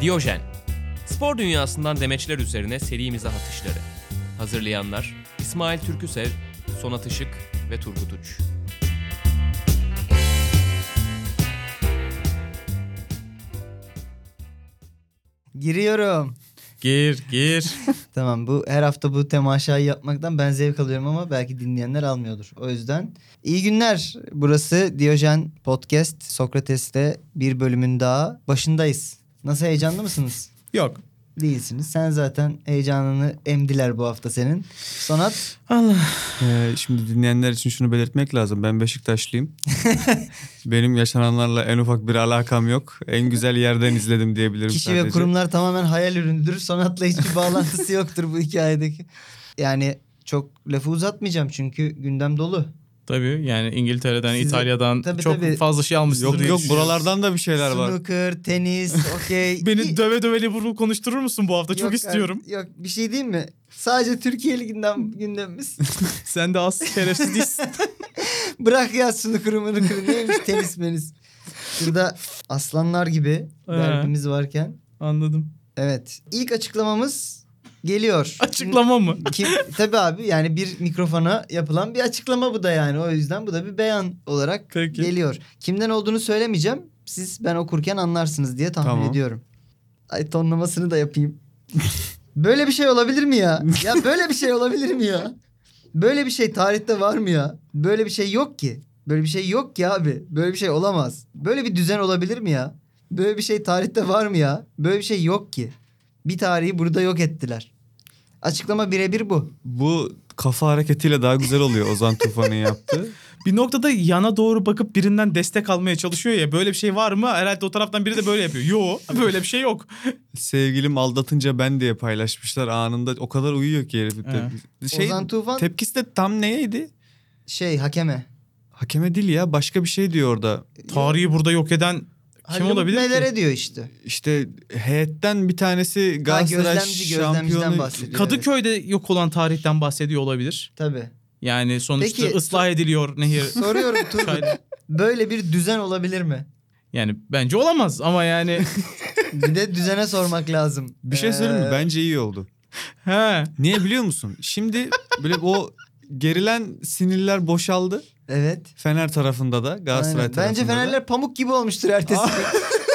Diyojen. Spor dünyasından demeçler üzerine seri mizah atışları. Hazırlayanlar İsmail Türküsev, Sonat Işık ve Turgut Uç. Giriyorum. Gir. Tamam, bu her hafta bu temaşayı yapmaktan ben zevk alıyorum ama belki dinleyenler almıyordur. O yüzden iyi günler. Burası Diyojen Podcast. Sokrates'te bir bölümün daha başındayız. Nasıl, heyecanlı mısınız? Yok. Değilsiniz. Sen zaten heyecanını emdiler bu hafta senin. Sonat? Allah. Şimdi dinleyenler için şunu belirtmek lazım. Ben Beşiktaşlıyım. Benim yaşananlarla en ufak bir alakam yok. En güzel yerden izledim diyebilirim Kişi sadece. ve kurumlar tamamen hayal ürünüdür. Sonat'la hiçbir bağlantısı yoktur bu hikayedeki. Yani çok lafı uzatmayacağım çünkü gündem dolu. Tabii yani İngiltere'den, Size- İtalya'dan tabii, çok tabii. fazla şey almışsınız. Yok buralardan da bir şeyler var. Snooker, tenis, okey. Beni döve Liverpool konuşturur musun bu hafta? Çok Yok istiyorum. Yok, bir şey diyeyim mi? Sadece Türkiye Ligi'nden gündemimiz. Sen de az şerefsiz değilsin. Bırak ya snooker'ı neymiş tenis menis. Şurada aslanlar gibi derbimiz varken. Anladım. Evet, ilk açıklamamız geliyor. Açıklama mı? Tabii abi, yani bir mikrofona yapılan bir açıklama bu da yani. O yüzden bu da bir beyan olarak Peki. geliyor. Kimden olduğunu söylemeyeceğim. Ben okurken anlarsınız diye tahmin ediyorum. Ay, tonlamasını da yapayım. Böyle bir şey olabilir mi ya? Ya böyle bir şey olabilir mi ya? Böyle bir şey tarihte var mı ya? Böyle bir şey yok ki. Böyle bir şey yok ki abi. Böyle bir şey olamaz. Böyle bir düzen olabilir mi ya? Böyle bir şey tarihte var mı ya? Böyle bir şey yok ki. Bir tarihi burada yok ettiler. Açıklama birebir bu. Bu kafa hareketiyle daha güzel oluyor Ozan Tufan'ın yaptığı. Bir noktada yana doğru bakıp birinden destek almaya çalışıyor ya. Böyle bir şey var mı? Herhalde o taraftan biri de böyle yapıyor. Yo, böyle bir şey yok. Sevgilim aldatınca ben diye paylaşmışlar anında. O kadar uyuyor ki herif. Ozan Tufan Tepkisi de tam neydi? hakeme. Hakeme değil ya, başka bir şey diyor orada. Tarihi burada yok eden kim olabilir Melere ki? diyor işte. İşte heyetten bir tanesi Galatasaray gözlemciden şampiyonu. bahsediyor. Kadıköy'de yok olan tarihten bahsediyor olabilir. Tabii. Yani sonuçta Peki, ıslah ediliyor nehir. Soruyorum Turgut. Çaylı. Böyle bir düzen olabilir mi? Yani bence olamaz ama yani. Bir de düzene sormak lazım. Bir şey söyleyeyim mi? Bence iyi oldu. He. Niye biliyor musun? Şimdi böyle o gerilen sinirler boşaldı. Evet. Fener tarafında da, Galatasaray Aynen. tarafında Bence da. Fenerler pamuk gibi olmuştur ertesi gün.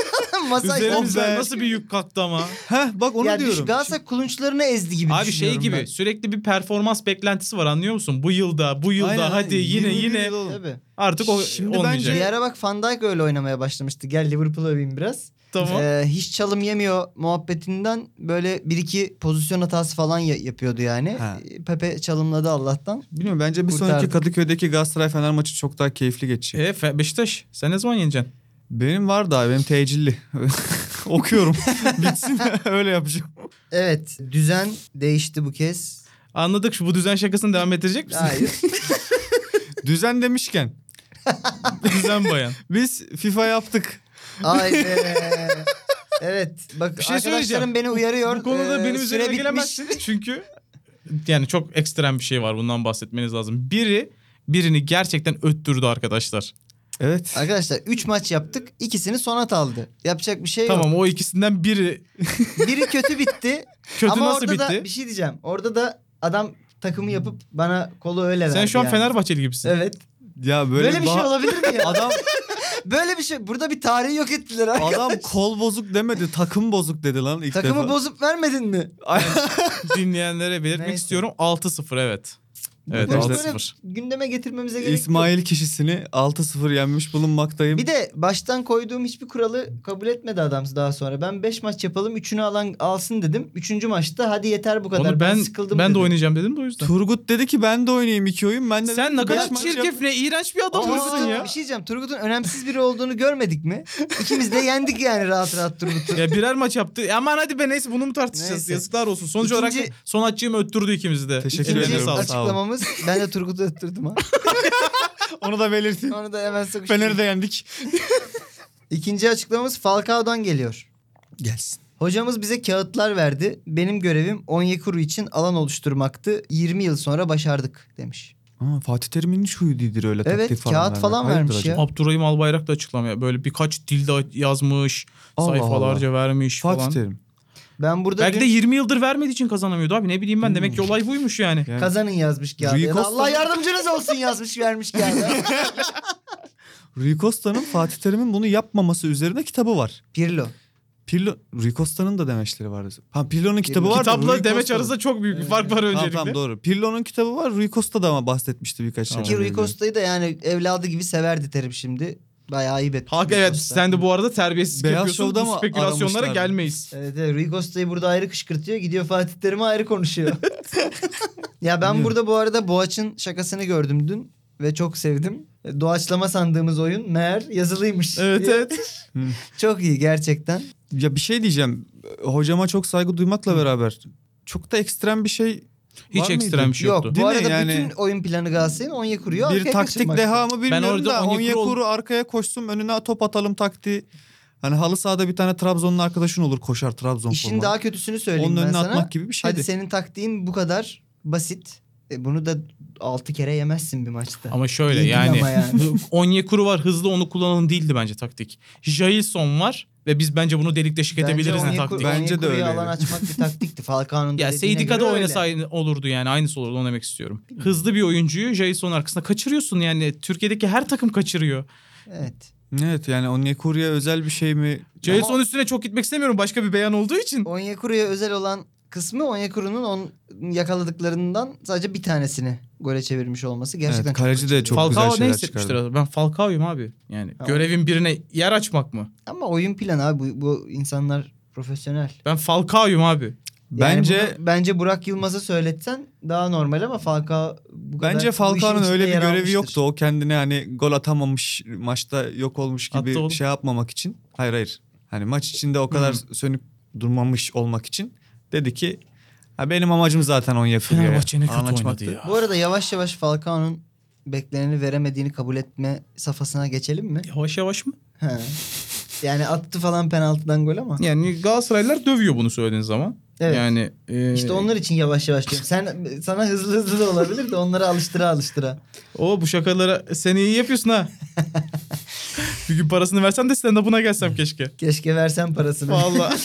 Masaj Üzerimizden be. nasıl bir yük kalktı ama. Heh, bak onu ya diyorum. Galatasaray kulunçlarını ezdi gibi Abi şey düşünüyorum gibi ben. sürekli bir performans beklentisi var, anlıyor musun? Bu yılda Aynen, hadi aynen. 21 yine yıl oldu. Tabii. artık o Şimdi olmayacak. Bir ara bak Van Dijk öyle oynamaya başlamıştı. Gel Liverpool'u öveyim biraz. Tamam. Hiç çalım yemiyor muhabbetinden böyle bir iki pozisyon hatası falan yapıyordu yani. Ha. Pepe çalımladı Allah'tan. Bilmiyorum, bence bir Kurtardı. sonraki Kadıköy'deki Galatasaray Fener maçı çok daha keyifli geçecek. Beşiktaş sen ne zaman yeneceksin? Benim var da, benim tecilli. Okuyorum. Bitsin öyle yapacağım. Evet, düzen değişti bu kez. Anladık, bu düzen şakasını devam ettirecek misin? Hayır. Düzen demişken Düzen bayan. biz FIFA yaptık. Haydi. Evet. Bak Bir şey arkadaşlarım söyleyeceğim. beni uyarıyor. Bu konuda benim Süre üzerime bitmiş. gelemezsin. Çünkü yani çok ekstrem bir şey var, bundan bahsetmeniz lazım. Birini gerçekten öttürdü arkadaşlar. Evet. Arkadaşlar 3 maç yaptık. İkisini Sonat aldı. Yapacak bir şey yok. Tamam, o ikisinden biri Biri kötü bitti. kötü. Ama nasıl orada da bitti? bir şey diyeceğim. Orada da adam takımı yapıp bana kolu öyle verdi. Sen şu an yani. Fenerbahçeli gibisin. Evet. Ya Böyle bir şey olabilir mi ya? Adam Böyle bir şey. Burada bir tarihi yok ettiler arkadaş. adam kol bozuk demedi, takım bozuk dedi lan ilk Takımı defa. bozup vermedin mi? Dinleyenlere belirtmek Neyse. istiyorum. 6-0 evet. Evet, Böyle 6-0. gündeme getirmemize gerek yok. İsmail kişisini 6-0 yenmiş bulunmaktayım. Bir de baştan koyduğum hiçbir kuralı kabul etmedi adam daha sonra. Ben 5 maç yapalım, 3'ünü alsın dedim. 3. maçta hadi yeter bu kadar. Onu ben sıkıldım de dedim. oynayacağım dedim de o yüzden. Turgut dedi ki ben de oynayayım 2 oyun. Ben de Sen ne dedim ki kadar beş maç çirkef, yap. ne iğrenç bir adam Ama mısın ya. bir şey diyeceğim. Turgut'un önemsiz biri olduğunu görmedik mi? İkimiz de yendik yani rahat Turgut'u. Ya birer maç yaptı. Aman hadi be, neyse bunu mu tartışacağız? Neyse. Yazıklar olsun. Sonuç olarak İkinci- Sonatçığımı öttürdü ikimizi de. Teşekkür Ellerine ederim. sağlık. Açıklamamız, ben de Turgut'u öttürdüm ha. Onu da belirtin. Onu da hemen sıkıştırdım. Fener'i de yendik. İkinci açıklamamız Falcao'dan geliyor. Gelsin. Hocamız bize kağıtlar verdi. Benim görevim Onyekuru için alan oluşturmaktı. 20 yıl sonra başardık demiş. Fatih Terim'in hiç huyu değildir öyle Evet, taktik falan. kağıt vermek. falan Hayırdır vermiş acaba? ya. Abdurrahim Albayrak da açıklamaya böyle birkaç dilde yazmış, Allah sayfalarca vermiş Fatih falan. Terim. Ben burada Belki de dün 20 yıldır vermediği için kazanamıyordu abi. Ne bileyim ben, demek ki olay buymuş yani. Yani kazanın yazmış kağıdı. Rui Ya da Costa- Allah yardımcınız olsun yazmış vermiş kağıdı. Rui Costa'nın Fatih Terim'in bunu yapmaması üzerine kitabı var. Pirlo. Rui Costa'nın da demeçleri var. Pirlo'nun kitabı var. Kitapla demeç arasında çok büyük bir fark var öncelikle. Tamam doğru. Pirlo'nun kitabı var. Rui Costa da ama bahsetmişti birkaç Tamam. şey. Ki Rui Costa'yı da yani evladı gibi severdi Terim şimdi. Bayağı ayıp etmiş. Hak Rui evet, Costa. sen de bu arada terbiyesizlik Beyaz yapıyorsun. Show'da Bu mı spekülasyonlara aramışlardı? gelmeyiz. Evet, Rui Costa'yı burada ayrı kışkırtıyor. Gidiyor Fatih Terim'e ayrı konuşuyor. Ya ben burada bu arada Boğaç'ın şakasını gördüm dün. Ve çok sevdim. Doğaçlama sandığımız oyun meğer yazılıymış. Evet diye. evet. Çok iyi gerçekten. Ya bir şey diyeceğim. Hocama çok saygı duymakla beraber çok da ekstrem bir şey Hiç var ekstrem mıydı? bir şey Yok yoktu. bu Değil mi? arada Yani bütün oyun planı Galatasaray'ın Onyekuru'yu Bir arkaya taktik kaçırmak. deha mı bilmiyorum orada da Onyekuru Onyekuru arkaya koşsun, önüne top atalım taktiği. Hani halı sahada bir tane Trabzonlu arkadaşın olur, koşar Trabzon İşin formalı. daha kötüsünü söyleyeyim Onun ben önüne sana. atmak gibi bir şeydi. Hadi senin taktiğin bu kadar basit. Bunu da 6 kere yemezsin bir maçta. Ama şöyle Yedin yani, ama yani. Onyekuru var, hızlı, onu kullanalım değildi bence taktik. Jailson var ve biz bence bunu delik deşik edebiliriz ne taktik. Bence de öyle. alan açmak bir taktikti. Falcao'nun da Ya dediğine Seydika'da göre oynasa öyle. aynı olurdu yani, aynısı olurdu, onu demek istiyorum. Hızlı bir oyuncuyu Jailson arkasında kaçırıyorsun yani, Türkiye'deki her takım kaçırıyor. Evet. Evet yani Onyekuru'ya özel bir şey mi? Jailson üstüne çok gitmek istemiyorum başka bir beyan olduğu için. Onyekuru'ya özel olan kısmı Onyekuru'nun yakaladıklarından sadece bir tanesini gole çevirmiş olması gerçekten Evet, çok kaleci de kaçırıyor. çok Falcao güzel ne şeyler hissetmiştir çıkardı. adam? Ben Falcao'yum abi. Yani Tamam. görevin birine yer açmak mı? Ama oyun planı abi bu insanlar profesyonel. Ben Falcao'yum abi. Yani Bence bence Burak Yılmaz'a söyletsen daha normal ama Falcao bu kadar bence bu işin Falcao'nun içinde öyle bir yer görevi almıştır. yoktu. O kendine hani gol atamamış, maçta yok olmuş Attı gibi oğlum. şey yapmamak için. Hayır. Hani maç içinde o kadar sönük durmamış olmak için dedi ki benim amacım zaten Onyekuru'ya Fenerbahçe ne kötü alan oynadı açmaktı. ya. Bu arada yavaş yavaş Falcao'nun bekleneni veremediğini kabul etme safhasına geçelim mi? Yavaş yavaş mı? He. Yani attı falan penaltıdan gol ama. Yani Galatasaraylılar dövüyor bunu söylediğin zaman. Evet. Yani İşte onlar için yavaş yavaş diyorum. Sana hızlı hızlı da olabilir de onları alıştıra. bu şakalara sen iyi yapıyorsun ha. Bir gün parasını versen de stand-up'ına gelsem keşke. Keşke versen parasını. Vallahi.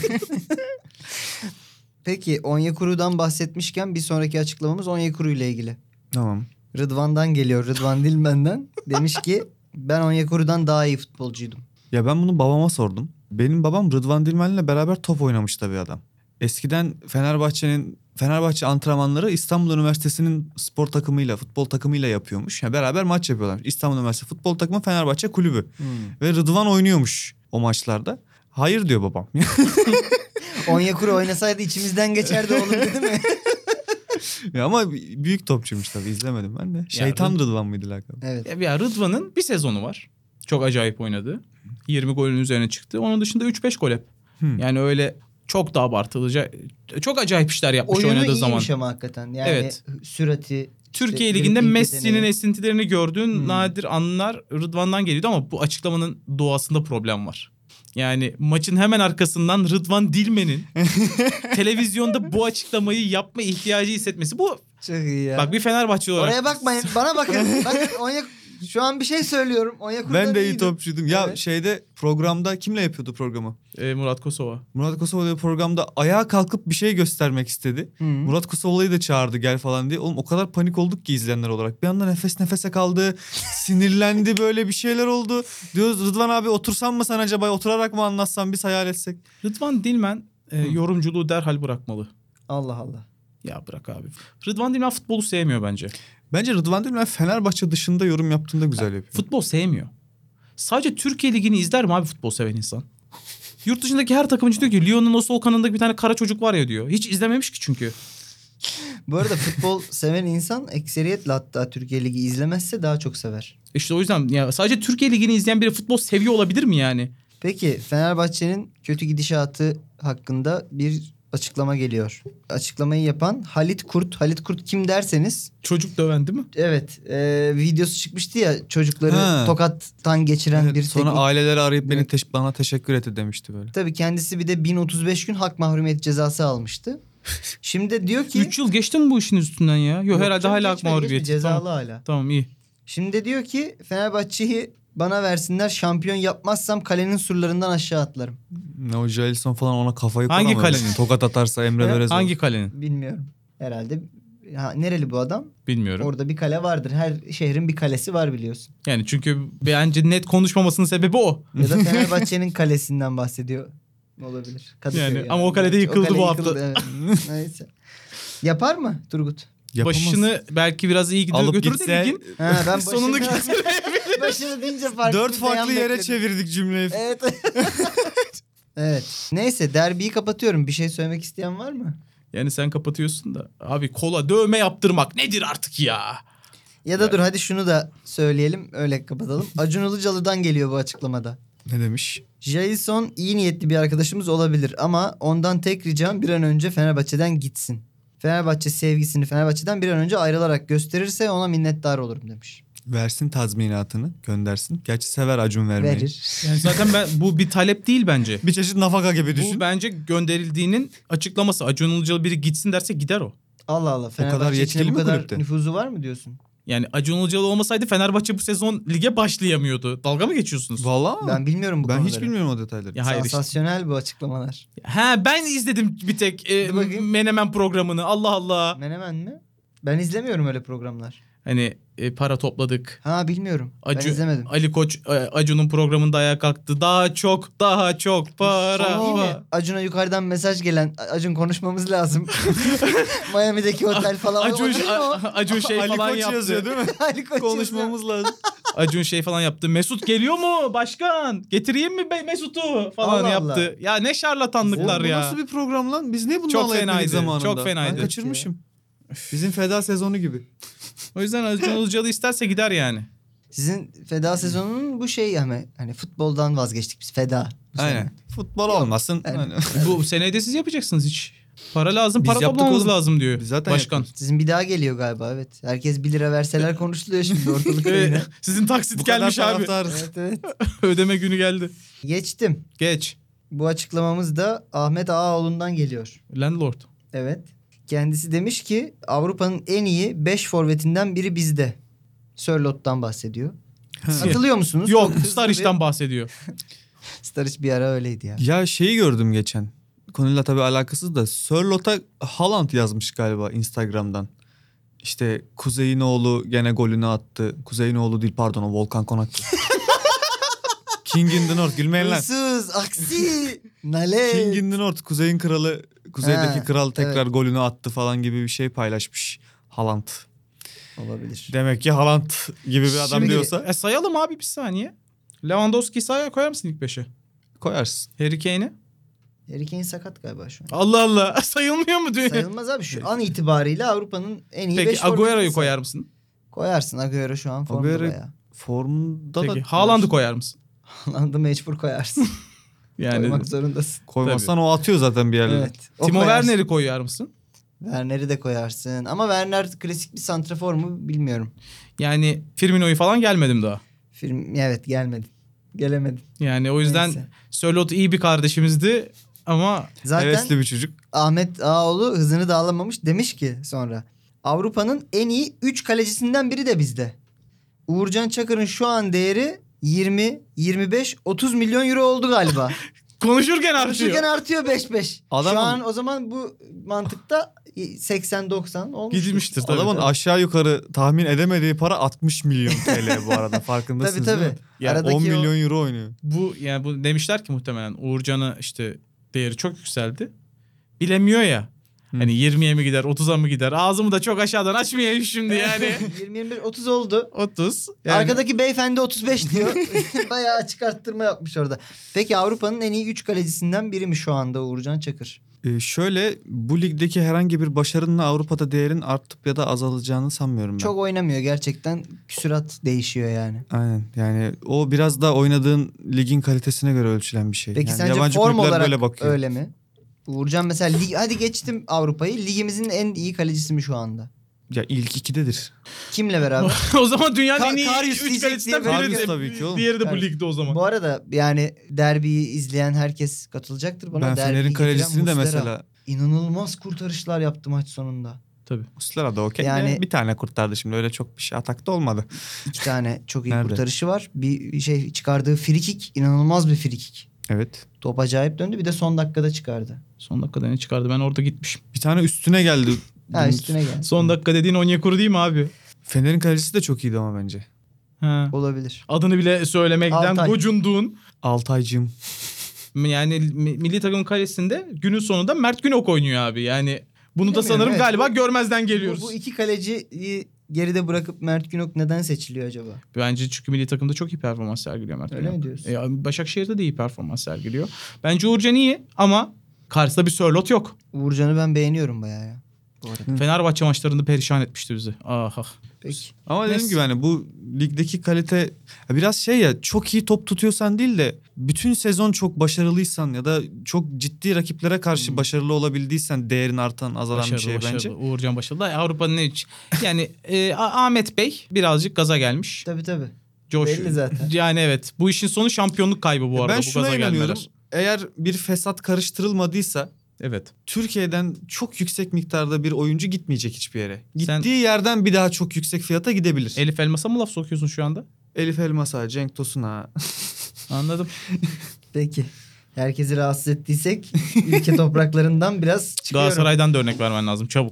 Peki Onyekuru'dan bahsetmişken bir sonraki açıklamamız Onyekuru ile ilgili. Tamam. Rıdvan'dan geliyor. Rıdvan Dilmen'den. Demiş ki ben Onyekuru'dan daha iyi futbolcuydum. Ya ben bunu babama sordum. Benim babam Rıdvan Dilmen'le beraber top oynamış tabii adam. Eskiden Fenerbahçe antrenmanları İstanbul Üniversitesi'nin spor takımıyla, futbol takımıyla yapıyormuş. Yani beraber maç yapıyorlar. İstanbul Üniversitesi futbol takımı Fenerbahçe kulübü. Ve Rıdvan oynuyormuş o maçlarda. Hayır diyor babam. Onyekuru oynasaydı içimizden geçerdi oğlum dedi mi? Ya ama büyük topçuymuş tabii, izlemedim ben de. Şeytan Rıdvan mıydı lakabı? Evet. Ya Rıdvan'ın bir sezonu var. Çok acayip oynadı. 20 golün üzerine çıktı. Onun dışında 3-5 gol hep. Yani öyle çok da abartılıca, çok acayip işler yapmış Oyunu oynadığı iyiymiş zaman. ama hakikaten. Yani Evet. sürati. Türkiye işte Ligi'nde dribling Messi'nin yeteneği. esintilerini gördüğün nadir anlar Rıdvan'dan geliyordu ama bu açıklamanın doğasında problem var. Yani maçın hemen arkasından Rıdvan Dilmen'in televizyonda bu açıklamayı yapma ihtiyacı hissetmesi. Bu Çok iyi ya. bak bir Fenerbahçe olarak. Oraya bakmayın. Bana bakın. Şu an bir şey söylüyorum. Onyekuru'dan Ben de iyi iyiydi. topçuydum. Ya Evet. şeyde programda kimle yapıyordu programı? Murat Kosova. Murat Kosova'da programda ayağa kalkıp bir şey göstermek istedi. Hı. Murat Kosova'yı da çağırdı gel falan diye. Oğlum o kadar panik olduk ki izleyenler olarak. Bir anda nefes nefese kaldı. Sinirlendi, böyle bir şeyler oldu. Diyoruz Rıdvan abi otursan mı sen acaba? Oturarak mı anlatsan, biz hayal etsek. Rıdvan Dilmen yorumculuğu derhal bırakmalı. Allah Allah. Ya bırak abi. Rıdvan Dilmen futbolu sevmiyor bence. Bence Rıdvan Dilmen Fenerbahçe dışında yorum yaptığında güzel yapıyor. Futbol sevmiyor. Sadece Türkiye Ligi'ni izler mi abi futbol seven insan? Yurt dışındaki her takım için diyor ki Lyon'un o sol kanadında bir tane kara çocuk var ya diyor. Hiç izlememiş ki çünkü. Bu arada futbol seven insan ekseriyetle hatta Türkiye Ligi izlemezse daha çok sever. İşte o yüzden ya sadece Türkiye Ligi'ni izleyen biri futbol seviyor olabilir mi yani? Peki Fenerbahçe'nin kötü gidişatı hakkında bir açıklama geliyor. Açıklamayı yapan Halit Kurt. Halit Kurt kim derseniz Çocuk döven değil mi? evet videosu çıkmıştı ya çocukları Ha. tokattan geçiren Evet, bir sonra teknik. aileleri arayıp Evet. bana teşekkür etti demişti böyle. Tabii kendisi bir de 1035 gün hak mahrumiyet cezası almıştı. Şimdi diyor ki 3 yıl geçti mi bu işin üstünden ya? Yok herhalde canım, hala geçme, mağlubiyeti. cezalı Tamam. hala. Tamam iyi. Şimdi diyor ki Fenerbahçe'yi bana versinler, şampiyon yapmazsam kalenin surlarından aşağı atlarım. Ne o Jailson falan ona kafayı Hangi koyamaz. kalenin? Tokat atarsa Emre Belözoğlu. Hangi kalenin? Bilmiyorum. Herhalde nereli bu adam? Bilmiyorum. Orada bir kale vardır. Her şehrin bir kalesi var biliyorsun. Yani çünkü bence net konuşmamasının sebebi o. Ya da Fenerbahçe'nin kalesinden bahsediyor. Olabilir. Kadıköy Yani ama o kalede Gerçi yıkıldı kale bu hafta. evet. Neyse. Yapar mı Turgut? Yapamaz. Başını belki biraz iyi gidiyor Alıp götürür gitse- de ligin. Ha, ben Sonunu başını deyince farklı 4 bir farklı beyan yere bekledim. çevirdik cümleyi. Evet. Evet. Neyse derbiyi kapatıyorum. Bir şey söylemek isteyen var mı? Yani sen kapatıyorsun da. Abi kola dövme yaptırmak nedir artık ya? Ya da dur hadi şunu da söyleyelim öyle kapatalım. Acun Ilıcalı'dan geliyor bu açıklamada. Ne demiş? Jailson iyi niyetli bir arkadaşımız olabilir ama ondan tek ricam bir an önce Fenerbahçe'den gitsin. Fenerbahçe sevgisini Fenerbahçe'den bir an önce ayrılarak gösterirse ona minnettar olurum demiş. Versin tazminatını, göndersin. Gerçi sever Acun vermeyi. Verir. Yani zaten bu bir talep değil bence. Bir çeşit nafaka gibi düşün. Bu bence gönderildiğinin açıklaması. Acun Ilıcalı biri gitsin derse gider o. Allah Allah. Fenerbahçe yetkili içinde bu mi kadar kulüpte? nüfuzu var mı diyorsun? Yani Acun Ilıcalı olmasaydı Fenerbahçe bu sezon lige başlayamıyordu. Dalga mı geçiyorsunuz? Vallahi mı? Ben bilmiyorum bu Ben konuları. hiç bilmiyorum o detayları. Ya hayır işte. Sansasyonel bu açıklamalar. Ha ben izledim bir tek Dur bakayım. Menemen programını. Allah Allah. Menemen mi? Ben izlemiyorum öyle programlar. Hani para topladık. Ha bilmiyorum. Ben izlemedim. Ali Koç Acun'un programında ayağa kalktı. Daha çok para. Şey değil mi? Acun'a yukarıdan mesaj gelen Acun konuşmamız lazım. Miami'deki otel falan. Acun, O değil mi o? Acun şey Ali falan Koç yaptı. yazıyor değil mi? Ali Koç Konuşmamız lazım. Acun şey falan yaptı. Mesut geliyor mu başkan? Getireyim mi Mesut'u falan Allah yaptı. Allah. Ya ne şarlatanlıklar Bu ya. nasıl bir program lan? Biz niye bunu Çok alay etmedik fenaydı, zamanında? çok fenaydı. Ben kaçırmışım. Bizim feda sezonu gibi. O yüzden Acun Ilıcalı isterse gider yani. Sizin feda sezonunun bu şey hani futboldan vazgeçtik biz feda. bu sene. Aynen. Futbol olmasın. Yani- Hani. Bu seneye de siz yapacaksınız hiç. Para lazım, Biz para yaptık toplamamız oğlum. lazım diyor Biz zaten başkan. Sizin bir daha geliyor galiba evet. Herkes 1 lira verseler konuşuluyor şimdi ortalıkta yine. Sizin taksit Bu kadar gelmiş abi. taraftarız. Evet evet. Ödeme günü geldi. Geçtim. Geç. Bu açıklamamız da Ahmet Ağaoğlu'ndan geliyor. Landlord. Evet. Kendisi demiş ki Avrupa'nın en iyi 5 forvetinden biri bizde. Sörlot'tan bahsediyor. Katılıyor musunuz? Yok, Çok hızlı Staric'ten bahsediyor. Staric bir ara öyleydi ya. Ya şeyi gördüm geçen. Konuyla tabii alakasız da Sörlot'a Haaland yazmış galiba Instagram'dan. İşte Kuzey'in oğlu gene golünü attı. Kuzey'in oğlu değil pardon o Volkan Konak'tı. King in the North gülmeyin lan. Hırsız, aksi, nalet. King in the North Kuzey'in kralı Kuzeydeki Ha, kral tekrar evet. golünü attı falan gibi bir şey paylaşmış Haaland. Olabilir. Demek ki Haaland gibi bir adam Şimdi- diyorsa Sayalım abi bir saniye. Lewandowski'yi sahaya koyar mısın ilk 5'e? koyarsın. Harry Kane'i? Harry Kane sakat galiba şu an. Allah Allah. Sayılmıyor mu diyor. Sayılmaz abi şu an itibariyle Avrupa'nın en iyi 5 Peki Agüero'yu koyar mısın? Koyarsın Agüero şu an formda Agüero- bayağı. Formda Peki da Haaland'ı koyar mısın? Haaland'ı mecbur koyarsın. Yani Koymak zorundasın. koymazsan o atıyor zaten bir yerlere. Evet. o Timo koyarsın. Werner'i koyar mısın? Werner'i de koyarsın. Ama Werner klasik bir santrafor mu bilmiyorum. Yani Firmino'yu falan gelmedim daha. Evet gelmedi. Gelemedi. Yani o yüzden Neyse. Sörloth iyi bir kardeşimizdi ama Zaten Hevesli bir çocuk. Ahmet Ağaoğlu hızını dağılamamış demiş ki sonra. Avrupa'nın en iyi 3 kalecisinden biri de bizde. Uğurcan Çakır'ın şu an değeri 20, 25, 30 milyon euro oldu galiba. konuşurken Konuşurken artıyor. artıyor 5-5. Adamın- Şu an o zaman bu mantıkta 80-90 olmuş. Gidilmiştir tabii. Adamın aşağı yukarı tahmin edemediği para 60 milyon TL bu arada farkındasınız Tabii değil tabii. mi? Yani 10 milyon euro oynuyor. Bu demişler ki muhtemelen Uğurcan'ı işte değeri çok yükseldi. Bilemiyor ya. Hani 20'ye mi gider 30'a mı gider? Ağzımı da çok aşağıdan açmayayım şimdi yani. 20-21-30 oldu. 30. Yani Arkadaki beyefendi 35 diyor. Bayağı açık arttırma yapmış orada. Peki Avrupa'nın en iyi 3 kalecisinden biri mi şu anda Uğurcan Çakır? Şöyle bu ligdeki herhangi bir başarının Avrupa'da değerin artıp ya da azalacağını sanmıyorum ben. Çok oynamıyor gerçekten. Küsurat değişiyor yani. Aynen yani o biraz da oynadığın ligin kalitesine göre ölçülen bir şey. Peki Yani sence yabancı form kulüpler olarak böyle bakıyor. öyle mi? Uğurcan mesela hadi geçtim Avrupa'yı. Ligimizin en iyi kalecisi mi şu anda? Ya ilk ikidedir. Kimle beraber? o zaman dünyanın en iyi Karius 3 diyecek kalecisinden diye biri Karius de. tabii ki oğlum. Diğeri de bu Karius. ligde o zaman. Bu arada yani derbiyi izleyen herkes katılacaktır bana. Ben Derbiyi Fener'in getiren kalecisini de Muslera. mesela inanılmaz kurtarışlar yaptı maç sonunda. Tabii. Muslera da okey. Yani- Yani bir tane kurtardı şimdi. Öyle çok bir şey atakta olmadı. 2 tane çok iyi Nerede? kurtarışı var. Bir şey çıkardığı frikik inanılmaz bir frikik. Evet. Top acayip döndü. Bir de son dakikada çıkardı. Son dakikada ne çıkardı? Ben orada gitmişim. Bir tane üstüne geldi. Ha üstüne geldi. Son dakika dediğin Onyekuru değil mi abi? Fener'in kalecisi de çok iyiydi ama bence. Ha. Olabilir. Adını bile söylemekten Altay. gocunduğun. Altaycığım. Yani milli takımın kalesinde günün sonunda Mert Günok oynuyor abi. Yani bunu da Bilemiyorum, sanırım evet. galiba görmezden geliyoruz. Bu iki kaleciyi geride bırakıp Mert Günok neden seçiliyor acaba? Bence çünkü milli takımda çok iyi performans sergiliyor Mert Öyle Günok. mi diyorsun? Başakşehir'de de iyi performans sergiliyor. Bence Uğurcan iyi ama karşısında bir Sörloth yok. Uğurcan'ı ben beğeniyorum bayağı ya. Bu arada. Fenerbahçe maçlarında perişan etmişti bizi. Ah. Peki. Ama Neyse. dediğim gibi hani bu ligdeki kalite ya biraz şey ya, çok iyi top tutuyorsan değil de bütün sezon çok başarılıysan ya da çok ciddi rakiplere karşı başarılı olabildiysen değerin artan azalan bir şey bence. Uğurcan başarılı. Avrupa'nın ne hiç. Yani Ahmet Bey birazcık gaza gelmiş. Tabii. Coşuyor. Belli zaten. Yani evet. Bu işin sonu şampiyonluk kaybı bu arada. Ben bu şuna gaza inanıyorum. gelmeler. Eğer bir fesat karıştırılmadıysa Evet. Türkiye'den çok yüksek miktarda bir oyuncu gitmeyecek hiçbir yere. Sen- Gittiği yerden bir daha çok yüksek fiyata gidebilir. Elif Elmas'a mı laf sokuyorsun şu anda? Elif Elmas'a, Cenk Tosun'a. Anladım. Peki. Herkesi rahatsız ettiysek ülke topraklarından biraz çıkıyorum. Galatasaray'dan da örnek vermen lazım çabuk.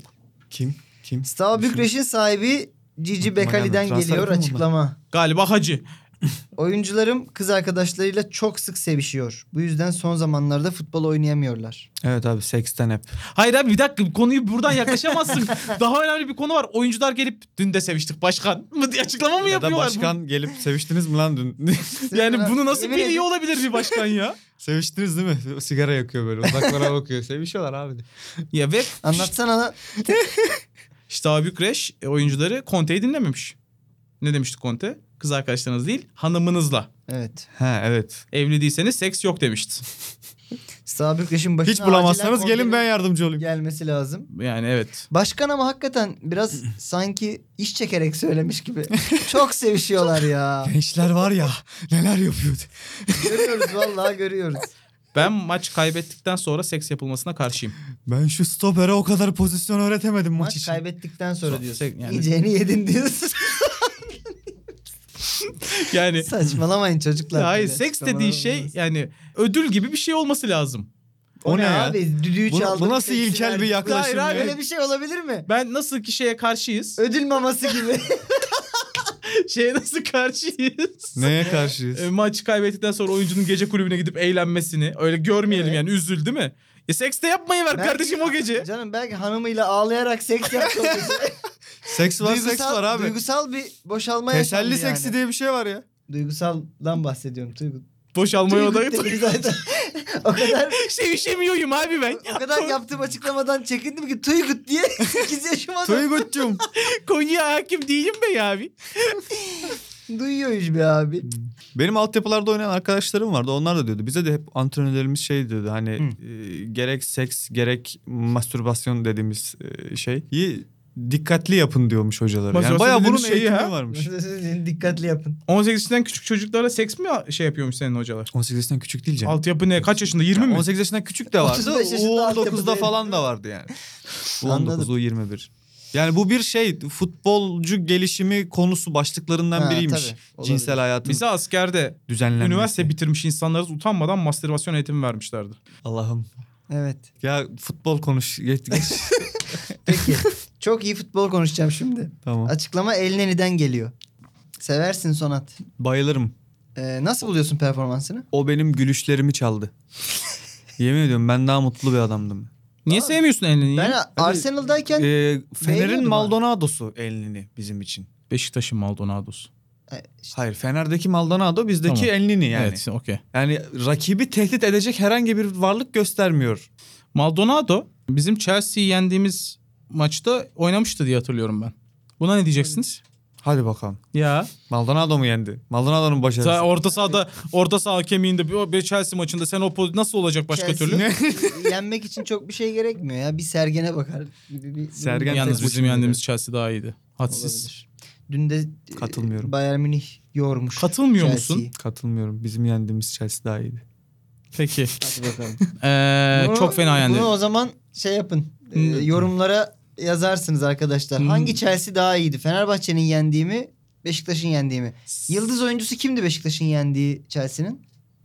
Kim? Steaua Bükreş'in sahibi Cici Aklıma Bekali'den gelmedi. Transfer geliyor yapıyor mu açıklama. Galiba Hacı. Oyuncularım kız arkadaşlarıyla çok sık sevişiyor. Bu yüzden son zamanlarda futbol oynayamıyorlar. Evet abi, seksten hep. Hayır abi bir dakika konuyu buradan yaklaşamazsın. Daha önemli bir konu var. Oyuncular gelip dün de seviştik başkan mı diye açıklama mı Ya da yapıyorlar? başkan gelip seviştiniz mi lan dün? Yani bunu nasıl Yemin biliyor ederim. olabilir bir başkan ya? Seviştiniz değil mi? Sigara yakıyor böyle, uzaklara bakıyor. Sevişiyorlar abi. Ya ve Anlatsana lan. Steaua Bükreş oyuncuları Conte'yi dinlememiş. Ne demişti Conte? Kız arkadaşlarınız değil hanımınızla. Evet. Ha evet. Evli değilseniz seks yok demişti. Steaua Bükreş'in başına Hiç bulamazsanız acilen gelin ben yardımcı olayım. gelmesi lazım. Yani evet. Başkan ama hakikaten biraz sanki iş çekerek söylemiş gibi. Çok sevişiyorlar ya. Gençler var ya, neler yapıyordu. Görüyoruz vallahi görüyoruz. Ben maç kaybettikten sonra seks yapılmasına karşıyım. Ben şu stopere o kadar pozisyon öğretemedim maç Maç için. kaybettikten sonra diyorsun. Yani- Yiyeceğini yedin diyorsun. Yani Saçmalamayın çocuklar. hayır Böyle seks açıklamalar dediğin şey olmaz. yani ödül gibi bir şey olması lazım. O ne ya? abi? Düdüğü Bu çaldık. nasıl seksi ilkel bir verdik. yaklaşım Hayır ya? abi. Öyle bir şey olabilir mi? Ben nasıl ki şeye karşıyız. Ödül maması gibi. Şeye nasıl karşıyız? Neye karşıyız? Maçı kaybettikten sonra oyuncunun gece kulübüne gidip eğlenmesini öyle görmeyelim Evet. yani üzül değil mi? Seks de yapmayı ver Belki- kardeşim o gece. Canım belki hanımıyla ağlayarak seks yaptı o gece. Seks var, seks var abi. Duygusal bir boşalma Teselli yaşandı seksi yani. diye bir şey var ya. Duygusaldan bahsediyorum Tuygut. Boşalmaya Tuygut odaklı. dedi zaten. o kadar Sevişemiyorum abi ben. o kadar yaptığım açıklamadan çekindim ki Tuygut diye 8 yaşıma da Toygut'cum. Konuya hakim değilim be abi. duyuyoruz be abi. Benim altyapılarda oynayan arkadaşlarım vardı. Onlar da diyordu. Bize de hep antrenörlerimiz şey diyordu. Hani gerek seks gerek mastürbasyon dediğimiz şeyi dikkatli yapın diyormuş hocaları. Yani Mastürbasyon bayağı bunun dediğimiz şeyi eğitimi ha? varmış. Dikkatli yapın. 18 yaşından küçük çocuklara seks mi şey yapıyormuş senin hocalar? 18 yaşından küçük değil canım. Altyapı ne? Kaç yaşında? 20 mi? 18 yaşından küçük de vardı. 35 yaşında U19'da altyapıdaydı. falan da vardı yani. Anladım. U19, U21. Yani bu bir futbolcu gelişimi konusu başlıklarından Ha, biriymiş. tabii, olabilir. Cinsel hayatın Bize askerde düzenlenmesi. üniversite bitirmiş insanlara utanmadan mastürbasyon eğitimi vermişlerdi. Allah'ım. Evet. Ya futbol konuş. Geç. Peki. Çok iyi futbol konuşacağım şimdi. Tamam. Açıklama El Neni'den geliyor. Seversin Sonat. Bayılırım. Nasıl buluyorsun performansını? O benim gülüşlerimi çaldı. Yemin ediyorum ben daha mutlu bir adamdım. Niye sevmiyorsun Elneni'yi? Ben Arsenal'dayken Fener'in beğeniyordum Maldonado'su Elnini bizim için. Beşiktaş'ın Maldonado'su. Hayır, Fener'deki Maldonado bizdeki Tamam. Elnini yani. Evet okey. Yani rakibi tehdit edecek herhangi bir varlık göstermiyor. Maldonado bizim Chelsea'yi yendiğimiz maçta oynamıştı diye hatırlıyorum ben. Buna ne diyeceksiniz? Hadi bakalım. Ya. Maldonado mu yendi? Maldonado'nun başarısı. Sen orta saha kemiğinde bir Chelsea maçında sen nasıl olacak başka Chelsea- türlü? yenmek için çok bir şey gerekmiyor ya. Bir Sergen'e bakar gibi bir Sergen Yalnız tek bizim başına yendiğimiz Chelsea daha iyiydi. Hadsiz. olabilir. Dün de Katılmıyorum. Bayern Münih yormuş. Katılmıyor Chelsea'yi. musun? Katılmıyorum. Bizim yendiğimiz Chelsea daha iyiydi. Peki. Hadi bakalım. Çok fena yendi. Bunu o zaman şey yapın. Yorumlara yazarsınız arkadaşlar. Hangi Chelsea daha iyiydi? Fenerbahçe'nin yendiği mi? Beşiktaş'ın yendiği mi? Yıldız oyuncusu kimdi Beşiktaş'ın yendiği Chelsea'nin?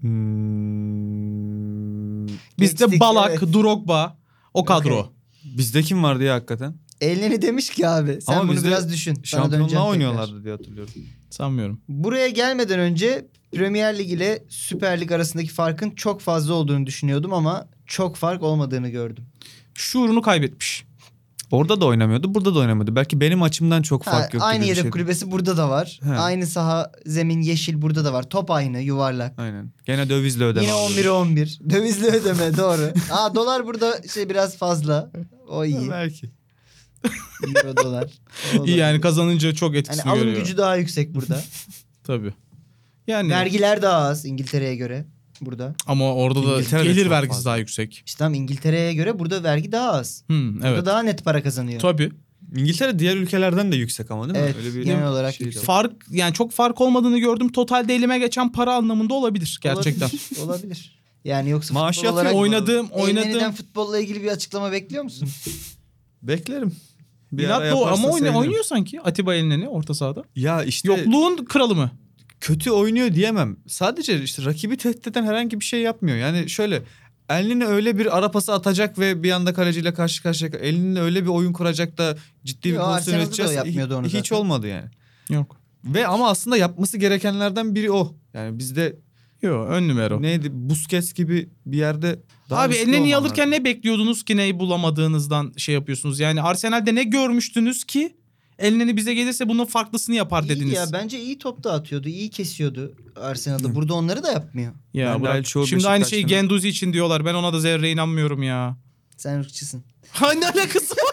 Bizde Geçtik, Balak, evet. Drogba o kadro. Okey. Bizde kim vardı ya hakikaten? Elneni demiş ki abi. Sen Ama bunu bizde biraz düşün. Sana Şampiyonluğa döneceğim oynuyorlardı tekrar. diye hatırlıyorum. Sanmıyorum. Buraya gelmeden önce Premier Lig ile Süper Lig arasındaki farkın çok fazla olduğunu düşünüyordum ama çok fark olmadığını gördüm. Şuurunu kaybetmiş. Orada da oynamıyordu, burada da oynamıyordu. Belki benim açımdan çok fark yok. Aynı gibi bir yedek şey. kulübesi burada da var. He. Aynı saha, zemin yeşil burada da var. Top aynı, yuvarlak. Aynen. Gene dövizle ödeme. Yine alıyoruz. 11'e 11. Dövizli ödeme doğru. Dolar burada biraz fazla. O iyi. Belki. Euro dolar. O İyi yani olabilir. kazanınca çok Hani etkisini alım görüyor. gücü daha yüksek burada. Tabii. Yani Vergiler daha az İngiltere'ye göre burada. ama orada da İngiltere'de gelir çok vergisi fazla. daha yüksek. İşte tam İngiltere'ye göre burada vergi daha az. Burada Evet. daha net para kazanıyor. Tabii. İngiltere diğer ülkelerden de yüksek ama değil mi? Evet, Öyle bir genel olarak şey de yüksek. var. Fark yani çok fark olmadığını gördüm. Totalde elime geçen para anlamında olabilir gerçekten. Olabilir. Olabilir. Yani yoksa Maaş futbol yatıyor. olarak Oynadığım Elneni'den futbolla ilgili bir açıklama bekliyor musun? Beklerim. Bir ara İnatla yaparsa ama sevinirim. oynuyor sanki Atiba Elneni orta sahada. Ya işte Yokluğun kralı mı? kötü oynuyor diyemem. Sadece işte rakibi tehdit eden herhangi bir şey yapmıyor. Yani şöyle Elneni öyle bir ara pası atacak ve bir anda kaleciyle karşı karşıya Elneni öyle bir oyun kuracak da ciddi bir Yo, pozisyon Arsenal'da da üreteceğiz. yapmıyordu onu Hiç zaten. olmadı yani. Yok. Ve ama aslında yapması gerekenlerden biri o. Yani bizde Yok ön numara. neydi Busquets gibi bir yerde daha Abi riskli Elneni'yi olman alırken lazım. ne bekliyordunuz ki neyi bulamadığınızdan şey yapıyorsunuz? Yani Arsenal'de ne görmüştünüz ki Elneni bize gelirse bunun farklısını yapar İyiydi dediniz. ya bence iyi top da atıyordu. İyi kesiyordu Arsenal'da. Burada onları da yapmıyor. Ya Ben bırak. dahil çoğu Şimdi aynı şeyi Beşiktaşlı'nın- Genduzi için diyorlar. Ben ona da zerre inanmıyorum ya. Sen ırkçısın. Ha ne alakası var?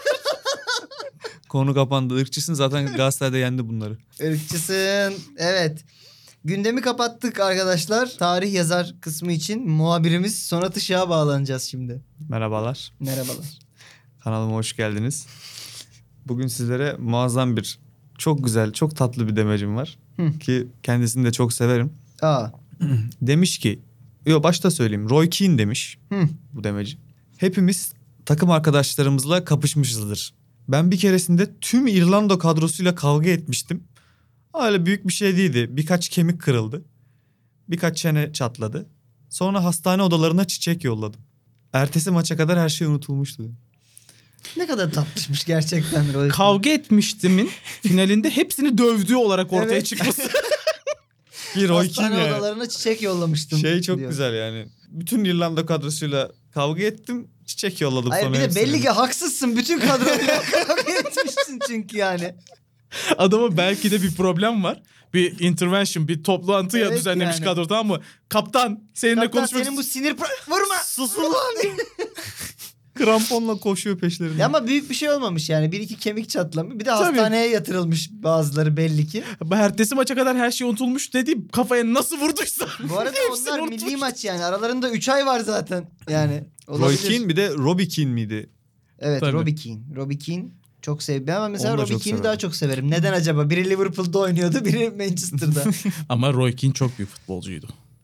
Konu kapandı. Irkçısın zaten Galatasaray'da yendi bunları. Irkçısın. Evet. Gündemi kapattık arkadaşlar. Tarih yazar kısmı için muhabirimiz Sonat Işık'a bağlanacağız şimdi. Merhabalar. Merhabalar. Kanalıma hoş geldiniz. Bugün sizlere muazzam bir, çok güzel, çok tatlı bir demecim var. Hı. Ki kendisini de çok severim. Aa. Demiş ki, başta söyleyeyim. Roy Keane demiş Hı. bu demeci. Hepimiz takım arkadaşlarımızla kapışmışızdır. Ben bir keresinde tüm İrlanda kadrosuyla kavga etmiştim. Öyle büyük bir şey değildi. Birkaç kemik kırıldı. Birkaç çene çatladı. Sonra hastane odalarına çiçek yolladım. Ertesi maça kadar her şey unutulmuştu. Ne kadar tatlışmış gerçekten Roy. Kavga etmiştimin finalinde hepsini dövdüğü olarak ortaya Evet. çıkması. Ki Roy Hastane Keane ya. odalarına çiçek yollamıştım. Şey çok diyor. güzel yani. Bütün İrlanda kadrosuyla kavga ettim. Çiçek yolladım Hayır sonra bir de hepsine. belli ki haksızsın. Bütün kadroyla kavga etmişsin çünkü yani. Adama belki de bir problem var. Bir intervention, bir toplantı Evet düzenlemiş yani. kadro, tamam mı? Kaptan seninle Kaptan konuşmak senin bu sinir... Vurma! Susun lan. Kramponla koşuyor peşlerinde. Ya ama büyük bir şey olmamış yani. Bir iki kemik çatlamış. Bir de Tabii. hastaneye yatırılmış bazıları belli ki. Ertesi maça kadar her şey unutulmuş dedi. Kafaya nasıl vurduysa. Bu arada hepsini onlar unutmuş. milli maç yani. Aralarında 3 ay var zaten. Yani Roy olabilir. Keane bir de Robbie Keane miydi? Evet Tabii. Robbie Keane. Robbie Keane çok sevdim. Ama mesela Onu da Robbie çok Keane'i severim. daha çok severim. Neden acaba? Biri Liverpool'da oynuyordu, biri Manchester'da. Ama Roy Keane çok büyük futbolcuydu.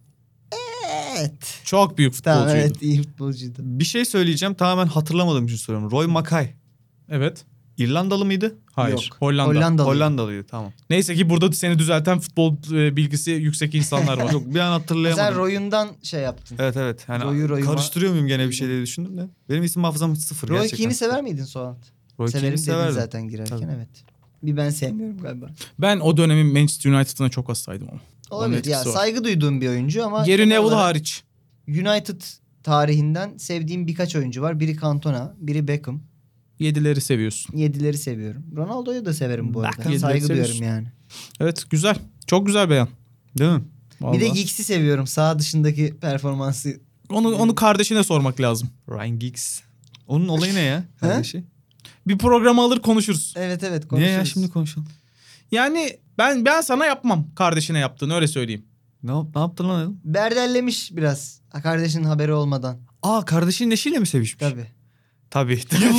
Evet. Çok büyük Tamam futbolcuydu. evet iyi futbolcuydu. Bir şey söyleyeceğim, tamamen hatırlamadığım için soruyorum. Roy Mackay. Evet. İrlandalı mıydı? Hayır. Yok. Hollanda. Hollandalı. Hollandalıydı, tamam. Neyse ki burada seni düzelten futbol bilgisi yüksek insanlar var. Yok bir an Sen hatırlayamadım. Roy'undan şey yaptın. Evet evet. Yani Roy'uma- karıştırıyor muyum gene bir şey diye düşündüm de. Benim isim hafızam sıfır Roy gerçekten. Keane'i sever miydin Suat? Roy Severim Keane'i dedin severdim. zaten girerken Tabii. evet. Bir ben sevmiyorum galiba. Ben o dönemin Manchester United'ına çok hastaydım ama. Olabilir etkisi ya var. saygı duyduğum bir oyuncu ama... Gary genel Neville olarak hariç. United tarihinden sevdiğim birkaç oyuncu var. Biri Cantona, biri Beckham. Yedileri seviyorsun. Yedileri seviyorum. Ronaldo'yu da severim bu arada. Beckham. Saygı Yedileri duyuyorum seviyorsun. yani. Evet güzel. Çok güzel beyan. Değil mi? Vallahi. Bir de Giggs'i seviyorum. Sağ dışındaki performansı. Onu kardeşine sormak lazım. Ryan Giggs. Onun olayı ne ya? Kardeşi. Bir programı alır konuşuruz. Evet konuşuruz. Niye ya şimdi konuşalım? Yani ben sana yapmam kardeşine yaptığını, öyle söyleyeyim. Ne yaptın lan oğlum? Berdellemiş biraz. Kardeşinin haberi olmadan. Aa kardeşinin eşiyle mi sevişmiş? Tabii. Tabii.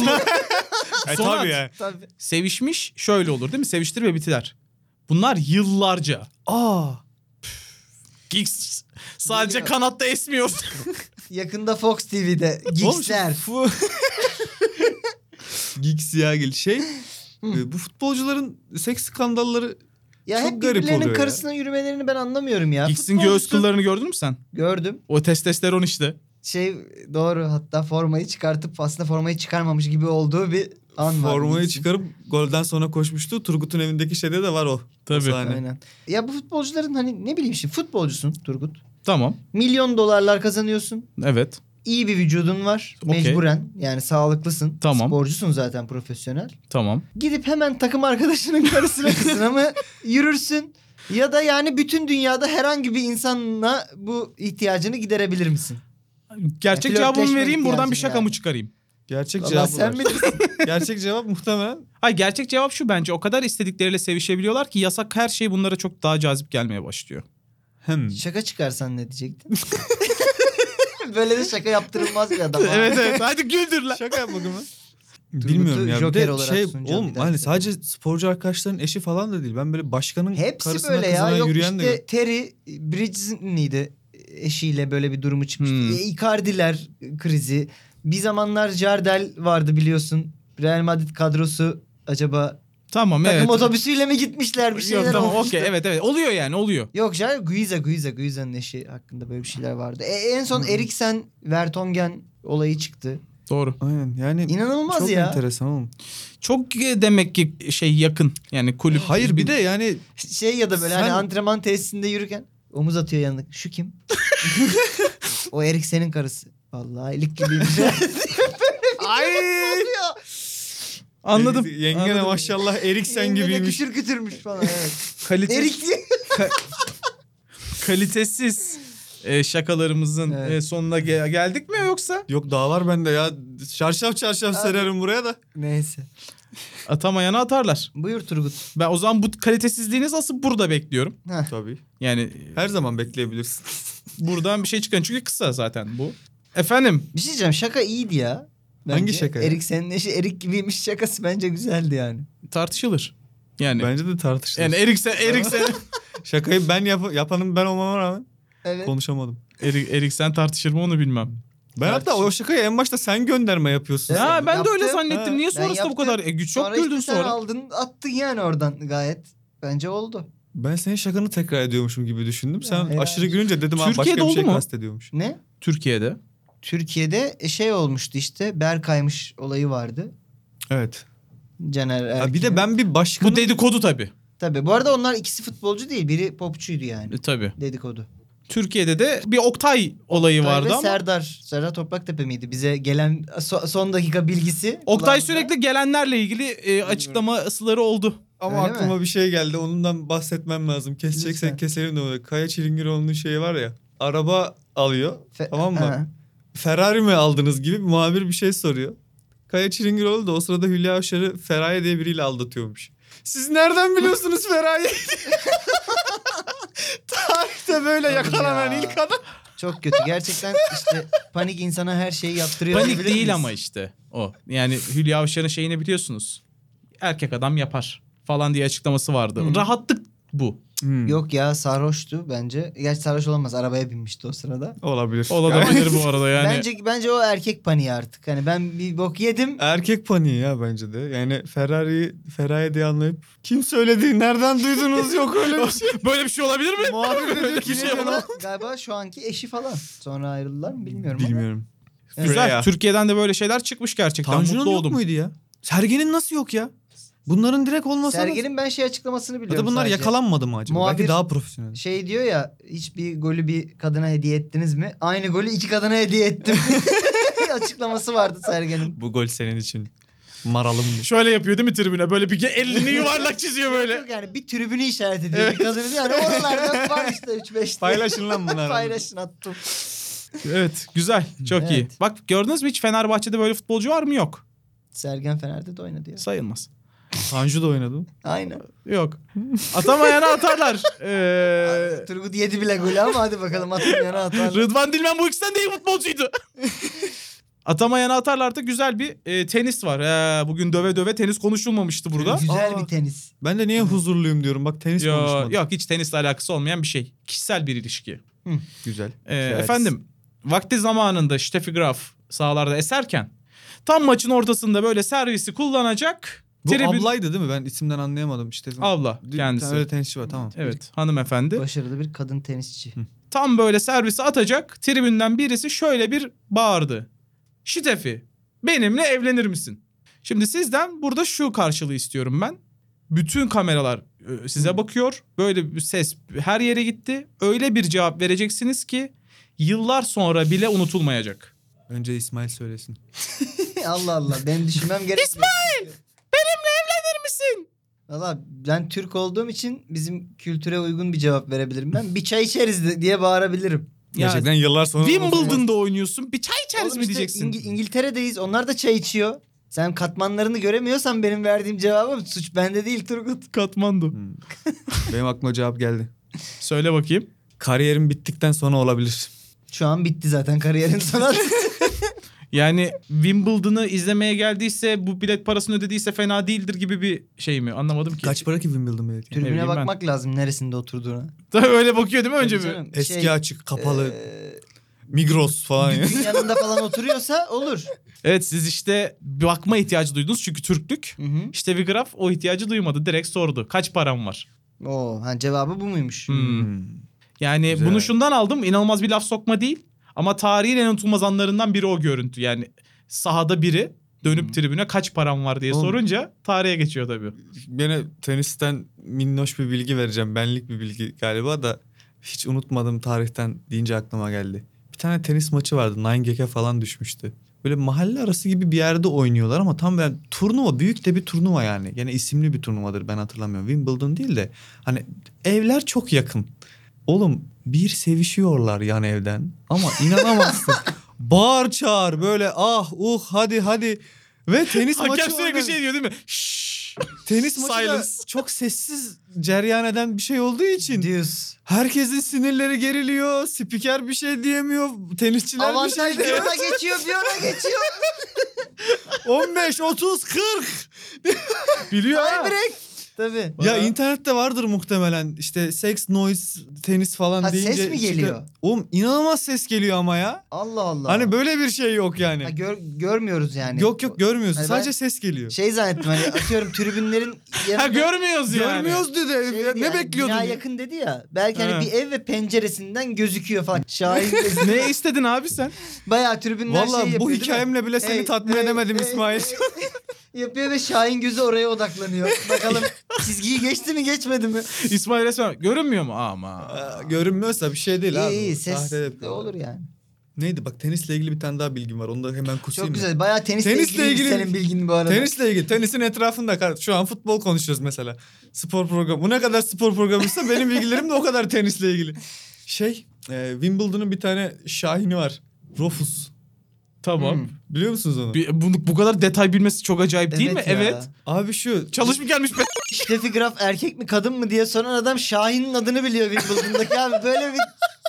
Sonat. Tabii ya. Tabii. Sevişmiş şöyle olur değil mi? Seviştir ve bitiler. Bunlar yıllarca. Aa. Giggs sadece Geliyor. kanatta esmiyor. Yakında Fox TV'de Giggs'ler. Giggs Yagil bu futbolcuların seks skandalları Ya çok hep garip birbirlerinin oluyor ya. karısına yürümelerini ben anlamıyorum ya. Giggs'in Futbolcusu- göğüs kıllarını gördün mü sen? Gördüm. O testosteron işte. Doğru, hatta formayı çıkartıp aslında formayı çıkarmamış gibi olduğu bir an var. formayı Giggs'in. çıkarıp golden sonra koşmuştu. Turgut'un evindeki şeyde de var o. Tabii. O sahne. Aynen. Ya bu futbolcuların hani ne bileyim şimdi futbolcusun Turgut. Tamam. Milyon dolarlar kazanıyorsun. Evet. İyi bir vücudun var. Okey. Mecburen. Yani sağlıklısın. Tamam. Sporcusun zaten, profesyonel. Tamam. Gidip hemen takım arkadaşının karısına kızına mı yürürsün? Ya da yani bütün dünyada herhangi bir insanla bu ihtiyacını giderebilir misin? Gerçek Ya, cevabımı flörtleşme vereyim, buradan bir ihtiyacın şaka yani. mı çıkarayım? Gerçek Vallahi cevap sen var. bilirsin. Gerçek cevap muhtemelen Hayır, gerçek cevap şu bence. O kadar istedikleriyle sevişebiliyorlar ki yasak her şey bunlara çok daha cazip gelmeye başlıyor. Şaka çıkarsan ne diyecektin? Böyle de şaka yaptırılmaz bir adam. ha. evet. Hadi güldür lan. Şaka yapmak mı? Turgut'u Bilmiyorum ya. Bir Joker de olarak sunacağım oğlum bir daha hani sana. sadece sporcu arkadaşların eşi falan da değil. Ben böyle başkanın Hepsi karısına böyle ya. kızına Yok yürüyen de işte Terry Bridges'in eşiyle böyle bir durumu çıkmıştı. Icardi'ler krizi. Bir zamanlar Jardel vardı biliyorsun. Real Madrid kadrosu acaba Tamam takım evet. otobüsüyle mi gitmişler, bir şeyler Yok tamam olmuştu. okey evet. Oluyor yani oluyor. Yok canım, Guiza'nın eşi hakkında böyle bir şeyler vardı. En son Eriksen Vertonghen olayı çıktı. Doğru. Aynen yani İnanılmaz çok ya. enteresan oğlum. Çok demek ki yakın. Yani kulüp. Hayır bir de yani Ya da böyle hani Sen- antrenman tesisinde yürürken omuz atıyor yanına. Şu kim? O Eriksen'in karısı. Vallahi ilik gibiymiş. Ay. Anladım. Yengene Anladım. maşallah Eriksen Yengene gibiymiş. kütür kütürmüş falan, evet. Kalite, Erik kalitesiz şakalarımızın Evet. sonuna geldik mi yoksa? Yok daha var bende ya. Çarşaf çarşaf Abi. sererim buraya da. Neyse. Atamayana atarlar. Buyur Turgut. Ben o zaman bu kalitesizliğiniz asıl burada bekliyorum. Heh. Tabii. Yani Her zaman bekleyebilirsin. buradan bir şey çıkan çünkü kısa zaten bu. Efendim Bir şey diyeceğim, şaka iyiydi ya. Bence. Hangi şaka ya? Eriksen'in eşi Erik gibiymiş şakası bence güzeldi yani. tartışılır. Yani Bence de tartışılır. yani Eriksen Şakayı ben yapanım ben olmama rağmen Evet. konuşamadım. Eriksen tartışır mı onu bilmem. Ben hatta o şakayı en başta sen gönderme yapıyorsun. Evet. Ya ben de öyle Yaptım. zannettim. Ha. Niye Ben sonrasında bu yaptım. kadar? Çok güldün işte sen sonra. aldın attın yani oradan gayet. Bence oldu. Ben senin şakanı tekrar ediyormuşum gibi düşündüm. Sen herhalde. aşırı gülünce dedim ha Türkiye'de başka bir şey oldu mu? kastediyormuş. Ne? Türkiye'de. Türkiye'de olmuştu işte. Berkaymış olayı vardı. Evet. Caner Ha, Erkin. bir de ben bir başkanın... Bu dedikodu tabii. Tabii. Bu arada onlar ikisi futbolcu değil. Biri popçuydu yani. Tabii. Dedikodu. Türkiye'de de bir Oktay olayı vardı Ve ama Serdar Topraktepe miydi? Bize gelen son dakika bilgisi. Oktay kulağımda. sürekli gelenlerle ilgili açıklamaları oldu. Ama Öyle aklıma mi? bir şey geldi. Ondan bahsetmem lazım. Keseceksek Lütfen. keselim de onu. Kaya Çilingiroğlu'nun şeyi var ya. Araba alıyor. Tamam mı? Ha. Ferrari mi aldınız gibi bir muhabir bir şey soruyor. Kaya Çilingiroğlu da o sırada Hülya Avşar'ı Feraye diye biriyle aldatıyormuş. Siz nereden biliyorsunuz Feraye? Tarihte böyle Tabii yakalanan ya. ilk adam. Çok kötü. Gerçekten işte panik insana her şeyi yaptırıyor. Panik diyebilir değil miyiz? ama işte o. Yani Hülya Avşar'ın şeyini biliyorsunuz. Erkek adam yapar falan diye açıklaması vardı. Hı. Rahatlık bu. Yok ya, sarhoştu bence. Gerçi sarhoş olamaz. Arabaya binmişti o sırada. Olabilir. Olabilir bu arada yani. Bence o erkek paniği artık. Hani ben bir bok yedim. Erkek paniği ya bence de. Yani Feraye diye anlayıp kim söyledi nereden duydunuz yok öyle bir şey. Böyle bir şey olabilir mi? Muhabir de diyor ki Bir şey ne yapalım. yapalım? Galiba şu anki eşi falan. Sonra ayrıldılar mı bilmiyorum ama. Bilmiyorum. Güzel. Freya. Türkiye'den de böyle şeyler çıkmış gerçekten. Tanju'nun Mutlu yok oldum. muydu ya? Sergen'in nasıl yok ya? Bunların direkt olmasa Sergen'in ben açıklamasını ya biliyorum da bunlar sadece. yakalanmadı mı acaba? Muhabir- Belki daha profesyonel. Şey diyor ya, hiçbir golü bir kadına hediye ettiniz mi? Aynı golü 2 kadına hediye ettim. Açıklaması vardı Sergen'in. Bu gol senin için. Maralım. Şöyle yapıyor değil mi tribüne? Böyle bir elini yuvarlak çiziyor böyle. Yok yani bir tribünü işaret ediyor. Bir kadını diyor. Yani oralardan var işte 3-5. Paylaşın lan bunları. Paylaşın, attım. Evet güzel. Çok iyi. Evet. Bak gördünüz mü hiç Fenerbahçe'de böyle futbolcu var mı? Yok. Sergen Fener'de de oynadı ya. Sayılmaz. Tanju da oynadı. Aynen. Yok. Atamayana atarlar. Turgut yedi bile golü ama hadi bakalım, atın yana atarlar. Rıdvan Dilmen bu ikisinden de iyi futbolcuydu. Atamayana atarlarsa güzel bir tenis var. Bugün döve döve tenis konuşulmamıştı burada. Güzel bir tenis. Ben de niye huzurluyum diyorum. Bak tenis konuşmadım. Yok hiç tenisle alakası olmayan bir şey. Kişisel bir ilişki. Güzel. Efendim vakti zamanında Steffi Graf sahalarda eserken tam maçın ortasında böyle servisi kullanacak. Bu ablaydı değil mi? Ben isimden anlayamadım işte. Abla kendisi. Bir tane öyle tenisçi var tamam. Evet hanımefendi. Başarılı bir kadın tenisçi. Tam böyle servisi atacak tribünden birisi şöyle bir bağırdı. Steffi benimle evlenir misin? Şimdi sizden burada şu karşılığı istiyorum ben. Bütün kameralar size bakıyor. Böyle bir ses her yere gitti. Öyle bir cevap vereceksiniz ki yıllar sonra bile unutulmayacak. Önce İsmail söylesin. Allah Allah, ben düşünmem gerekiyor. İsmail! Benimle evlenir misin? Valla ben Türk olduğum için bizim kültüre uygun bir cevap verebilirim. Ben bir çay içeriz diye bağırabilirim. Gerçekten yıllar sonra. Wimbledon'da oynuyorsun. Bir çay içeriz Oğlum mi işte diyeceksin? İngiltere'deyiz. Onlar da çay içiyor. Sen katmanlarını göremiyorsan benim verdiğim cevabım suç bende değil Turgut. Katmandu. Benim aklıma cevap geldi. Söyle bakayım. Kariyerim bittikten sonra olabilir. Şu an bitti zaten kariyerin sonu. Yani Wimbledon'ı izlemeye geldiyse bu bilet parasını ödediyse fena değildir gibi bir şey mi? Anlamadım ki. Kaç para ki Wimbledon bileti? Tribüne bileyim ben. bakmak lazım neresinde oturduğuna. Tabii öyle bakıyor değil mi önce bir? Canım, Eski açık, kapalı, eee, Migros falan. Düdüğün yanında falan oturuyorsa olur. Evet siz işte bakma ihtiyacı duydunuz çünkü Türklük. Hı hı. İşte bir graf o ihtiyacı duymadı. Direkt sordu. Kaç param var? Cevabı bu muymuş? Yani Güzel. bunu şundan aldım. İnanılmaz bir laf sokma değil. Ama tarihin en unutulmaz anlarından biri o görüntü. Yani sahada biri dönüp tribüne kaç param var diye Oğlum. sorunca tarihe geçiyor tabii. Gene tenisten minnoş bir bilgi vereceğim. Benlik bir bilgi galiba da hiç unutmadım tarihten deyince aklıma geldi. Bir tane tenis maçı vardı. Nine Gag'e falan düşmüştü. Böyle mahalle arası gibi bir yerde oynuyorlar ama tam ben turnuva, büyük de bir turnuva yani. Gene isimli bir turnuvadır, ben hatırlamıyorum. Wimbledon değil de hani evler çok yakın. Oğlum bir sevişiyorlar yan evden ama inanamazsın. Bağır çağır böyle hadi ve tenis maçı Hakem sürekli oynuyor. şey diyor değil mi? Şşş. Tenis maçı da Silence. çok sessiz cereyan eden bir şey olduğu için Diyoruz. herkesin sinirleri geriliyor. Spiker bir şey diyemiyor. Tenisçiler bir Avantaj şey bir diyemiyor. ona geçiyor, bir ona geçiyor. 15, 30, 40. Biliyor ha. Tiebreak. Tabii. Ya internette vardır muhtemelen. İşte sex noise tenis falan Ha, deyince. ses mi geliyor? Oğlum inanılmaz ses geliyor ama ya. Allah Allah. Hani böyle bir şey yok yani. Ha, görmüyoruz yani. Yok görmüyorsun. Hani Sadece ben ses geliyor. Şey zannettim hani atıyorum tribünlerin yanında. Ha görmüyoruz yani. Görmüyoruz dedi. Şeydi Ne yani, bekliyordun? Bina yakın dedi ya. Belki Ha. hani bir ev ve penceresinden gözüküyor falan. Şahin Ne istedin abi sen? bayağı tribünler Vallahi şey yapıyor bu değil mi? hikayemle bile seni tatmin edemedim İsmail. Yapıyor ve Şahin gözü oraya odaklanıyor. Bakalım çizgiyi geçti mi geçmedi mi? İsmail resmen görünmüyor mu? Ama. Görünmüyorsa bir şey değil abi. İyi ses Sahte de yapıyorlar. olur yani. Neydi bak, tenisle ilgili bir tane daha bilgim var. Onu da hemen kusayım Çok mı? güzel. Bayağı tenisle Tenisle ilgili ilgili- senin bilgin bu arada. Tenisle ilgili. Tenisin etrafında. Şu an futbol konuşuyoruz mesela. Spor programı. Bu ne kadar spor programıysa benim bilgilerim de o kadar tenisle ilgili. Wimbledon'un bir tane şahini var. Rofus. Tamam. Biliyor musunuz onu? Bu kadar detay bilmesi çok acayip değil mi? Evet ya. Evet. Abi şu. Çalışmış gelmiş be. Steffi Graf erkek mi kadın mı diye soran adam Şahin'in adını biliyor Wimbledon'daki abi. Böyle bir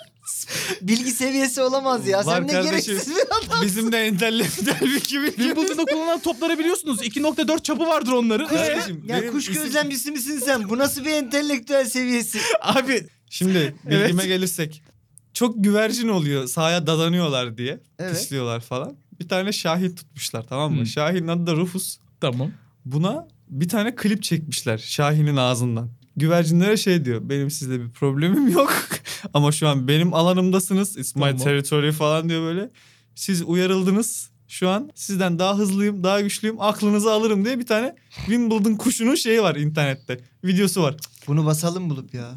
bilgi seviyesi olamaz ya. Var Sen ne kardeşim. gereksiz bir adam. Bizim de entelektüel bir gibi. Wimbledon'da kullanılan topları biliyorsunuz. 2.4 çapı vardır onların. Kardeşim, Ya benim kuş isim- gözlemcisi misin sen? Bu nasıl bir entelektüel seviyesi? Abi Şimdi bilgime gelirsek. Çok güvercin oluyor sahaya dadanıyorlar diye. Evet. Pisliyorlar falan. Bir tane Şahin tutmuşlar, tamam mı? Hı. Şahin'in adı da Rufus. tamam. Buna bir tane klip çekmişler Şahin'in ağzından. Güvercinlere şey diyor. Benim sizle bir problemim yok. Ama şu an benim alanımdasınız. It's my Tamam. territory falan diyor böyle. Siz uyarıldınız. Şu an sizden daha hızlıyım, daha güçlüyüm. Aklınızı alırım diye bir tane Wimbledon kuşunun şeyi var internette. Videosu var. Bunu basalım bulup ya.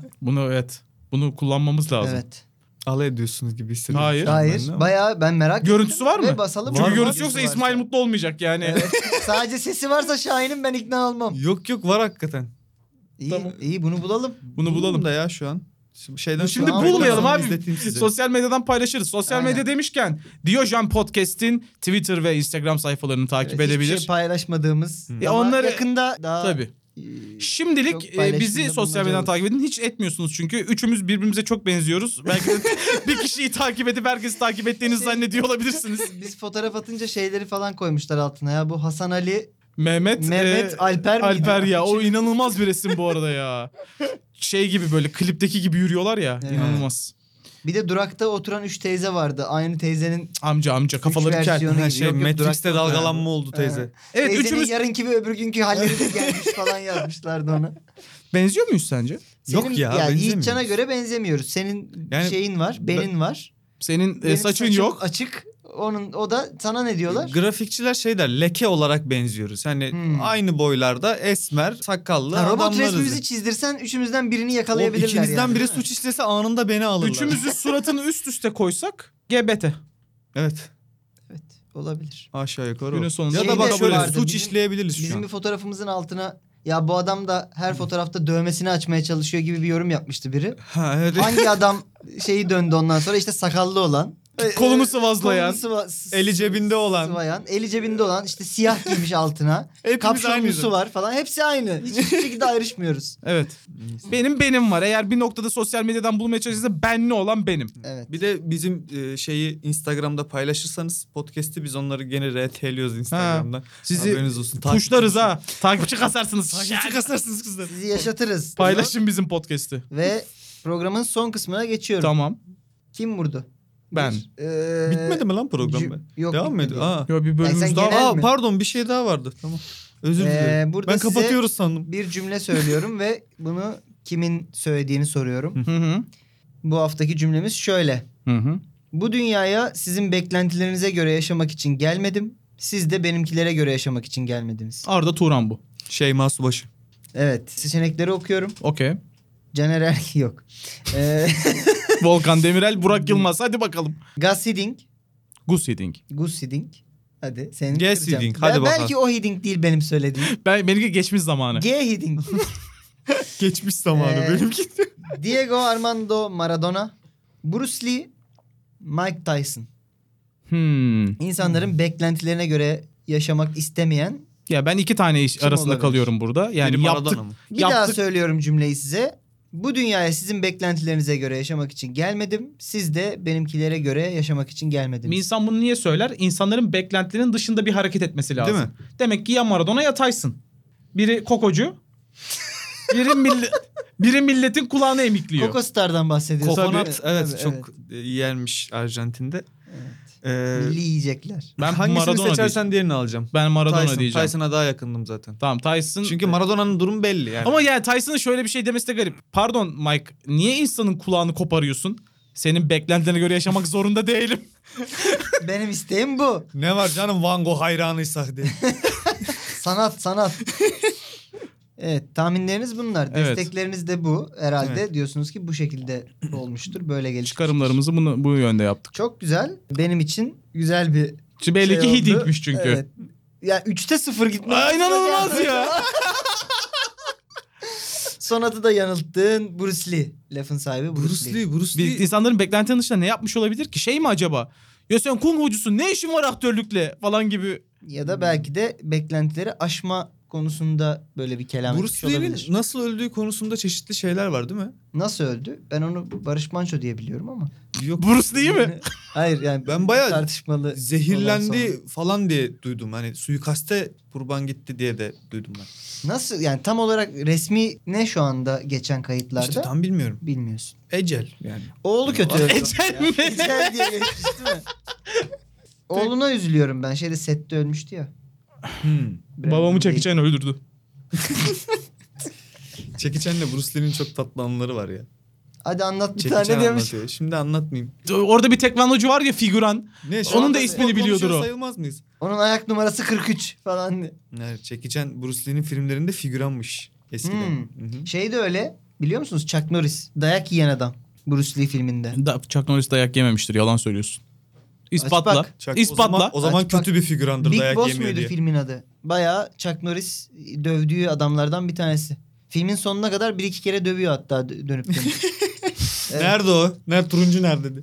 Bunu kullanmamız lazım. Evet. Alay ediyorsunuz gibi hissediyorum. Hayır. şu an Hayır. ben de ama. Bayağı ben merak ettim. Görüntüsü var mı? Ve basalım. Çünkü Var, görüntüsü var. yoksa İsmail mutlu olmayacak yani. Evet. Sadece sesi varsa Şahin'in ben ikna olmam. Yok var hakikaten. İyi, Tamam. iyi bunu bulalım. Bunu bulalım. da ya şu an. Şeyden Şimdi sonra bulmayalım sonra abi. izleteyim size. Sosyal medyadan paylaşırız. Sosyal Aynen. medya demişken Diyojen Podcast'in Twitter ve Instagram sayfalarını takip Evet, edebilir. hiçbir şey paylaşmadığımız. Ya Ama onları- yakında daha Tabii. Şimdilik çok paylaşımda bizi sosyal medyadan bulunacağız. takip edin. Hiç etmiyorsunuz çünkü. Üçümüz birbirimize çok benziyoruz. Belki de bir kişiyi takip edip herkesi takip ettiğinizi zannediyor olabilirsiniz. Biz fotoğraf atınca şeyleri falan koymuşlar altına ya. Bu Hasan Ali, Mehmet Alper miydi? Alper ya. O inanılmaz bir resim bu arada ya. Şey gibi böyle klipteki gibi yürüyorlar ya. Evet. İnanılmaz. Bir de durakta oturan 3 teyze vardı. Aynı teyzenin Amca kafaları kel. versiyonu. Ha, gibi. şey Yok, yok, Matrix'te durakta dalgalanma oldu teyze. Evet. Evet, Teyzenin üçümüz yarınki ve öbür günkü halleri de gelmiş falan yazmışlardı ona. benziyor muyuz sence? Yok ya, yani benzemiyoruz. Yiğitcan'a göre benzemiyoruz. Senin Yani şeyin var, benin var. Senin Benim saçın saçım yok. açık. O da sana ne diyorlar? Grafikçiler şey der, leke olarak benziyoruz. Hani aynı boylarda esmer, sakallı Ha, robot adamlarız. resmimizi çizdirsen üçümüzden birini O yakalayabilirler ikimizden yani, biri değil mi? suç işlese anında beni alırlar. Üçümüzün suratını üst üste koysak GBT. Evet. Evet, olabilir. Aşağı yukarı Günün o. sonunda Ya Şey da bak de şöyle vardı, suç bizim- işleyebiliriz şu Bizim an. bir fotoğrafımızın altına ya bu adam da her fotoğrafta dövmesini açmaya çalışıyor gibi bir yorum yapmıştı biri. Ha, evet. Hangi adam şeyi döndü ondan sonra işte sakallı olan. Kolunu sıvazlayan. Eli cebinde olan. Sıvayan. Eli cebinde olan işte siyah giymiş altına. Hepimiz Kapşonlusu aynıydı. var falan. Hepsi aynı. Hiçbir şekilde ayrışmıyoruz. Evet. Benim var. Eğer bir noktada sosyal medyadan bulmaya çalışırsa benli olan benim. Evet. Bir de bizim şeyi Instagram'da paylaşırsanız podcast'i biz onları gene RT'liyoruz Instagram'dan. Sizi Haberiniz olsun. tuşlarız ha. Takipçi kasarsınız. Takipçi kasarsınız kızlar. Sizi yaşatırız. Paylaşın bizim podcast'i. Ve programın son kısmına geçiyorum. Tamam. Kim vurdu? Ben. Bitmedi mi lan program be? Yok, Devam mı bitmedi. ediyor? Aa. Yo, bir sen bölümümüz daha genel var. Aa, mi? pardon bir şey daha vardı. Tamam. Özür dilerim. Burada Ben size kapatıyoruz sandım. bir cümle söylüyorum ve bunu kimin söylediğini soruyorum. Hı hı. Bu haftaki cümlemiz şöyle. Hı hı. Bu dünyaya sizin beklentilerinize göre yaşamak için gelmedim. Siz de benimkilere göre yaşamak için gelmediniz. Arda Turan bu. Şeyma Subaşı. Evet. Seçenekleri okuyorum. Okey. Caner Erkin yok. Volkan Demirel, Burak Yılmaz. Hadi bakalım. Gus Hiddink. Goose Eating. Gus Hiddink. Hadi seni Gus kıracağım. Hiddink, hadi bakalım. Belki o Hiddink değil benim söylediğim. Benimki geçmiş zamanı. G Hiddink. Geçmiş zamanı benimki. Diego Armando Maradona. Bruce Lee. Mike Tyson. İnsanların beklentilerine göre yaşamak istemeyen. Ya ben iki tane iş Kim arasında olabilir? kalıyorum burada. Yani Biri yaptık. Maradona mı? Bir daha Yaptık. söylüyorum cümleyi size. Bu dünyaya sizin beklentilerinize göre yaşamak için gelmedim. Siz de benimkilere göre yaşamak için Bir gelmediniz. insan bunu niye söyler? İnsanların beklentilerinin dışında bir hareket etmesi lazım. Değil mi? Demek ki ya Maradona ya Tyson. Biri kokocu. biri milletin kulağını emikliyor. Coco Star'dan bahsediyorsun. Kokonat evet Tabii, çok yenmiş Arjantin'de. Milli yiyecekler. Ben Hangisini Maradona seçersen diğerini alacağım. Ben Maradona Tyson, diyeceğim. Tyson'a daha yakındım zaten. Tamam Tyson. Çünkü Maradona'nın durumu belli yani. Ama yani Tyson'ın şöyle bir şey demesi de garip. Pardon Mike, niye insanın kulağını koparıyorsun? Senin beklentilerine göre yaşamak zorunda değilim. Benim isteğim bu. Ne var canım Van Gogh hayranıysak diye. Sanat. Evet, tahminleriniz bunlar. Evet. Destekleriniz de bu. Herhalde Evet. diyorsunuz ki bu şekilde olmuştur. Böyle gelişmiş. Çıkarımlarımızı bu yönde yaptık. Çok güzel. Benim için güzel bir Şimdi belli şey ki oldu. Hidding'miş çünkü. Evet. Ya 3'te 0 gitmek. Aa, inanılmaz ya. Sonat'ı da yanılttın. Bruce Lee. Lafın sahibi Bruce Lee. Bruce Bir insanların beklentilerinin dışında ne yapmış olabilir ki? Şey mi acaba? Ya sen kung fucusun, ne işin var aktörlükle falan gibi. Ya da belki de beklentileri aşma konusunda böyle bir kelam etmiş Bruce olabilir. Lee'nin nasıl öldüğü konusunda çeşitli şeyler var değil mi? Nasıl öldü? Ben onu Barış Manço diye biliyorum ama. Yok. Bruce Lee mi? Yani- Hayır yani Ben bayağı tartışmalı. olan zehirlendi falan diye duydum. Hani suikaste kurban gitti diye de duydum ben. sonra. Nasıl yani tam olarak resmi ne şu anda geçen kayıtlarda? İşte tam bilmiyorum. Bilmiyorsun. Ecel yani. Oğlu kötü öldü. Ecel mi? Ecel diye geçmiş değil mi? Oğluna üzülüyorum ben. Şeyde sette ölmüştü ya. Babamı çekeceğin öldürdü. Çekiçen'le Bruce Lee'nin çok tatlı anıları var ya. Hadi anlat bir Çekiçen tane demiş. anlatıyor. Şimdi anlatmayayım. Orada bir tekvandocu var ya, figüran. Ne, şu Onun anda da ismini spor biliyordur konuşuyor o. sayılmaz mıyız? Onun ayak numarası 43 falan. Evet, Çekiçen Bruce Lee'nin filmlerinde figüranmış eskiden. Hı hı. Şey de öyle. Biliyor musunuz Chuck Norris? Dayak yiyen adam. Bruce Lee filminde. Chuck Norris dayak yememiştir, yalan söylüyorsun. İspatla. Açık bak. Çak- İspatla. O zaman Açık bak. kötü bir figürandır Big dayak Boss yemiyor muydu diye. filmin adı? Bayağı Chuck Norris dövdüğü adamlardan bir tanesi. Filmin sonuna kadar bir iki kere dövüyor hatta dönüp dönüp. Evet. Nerede o? Turuncu neredeydi?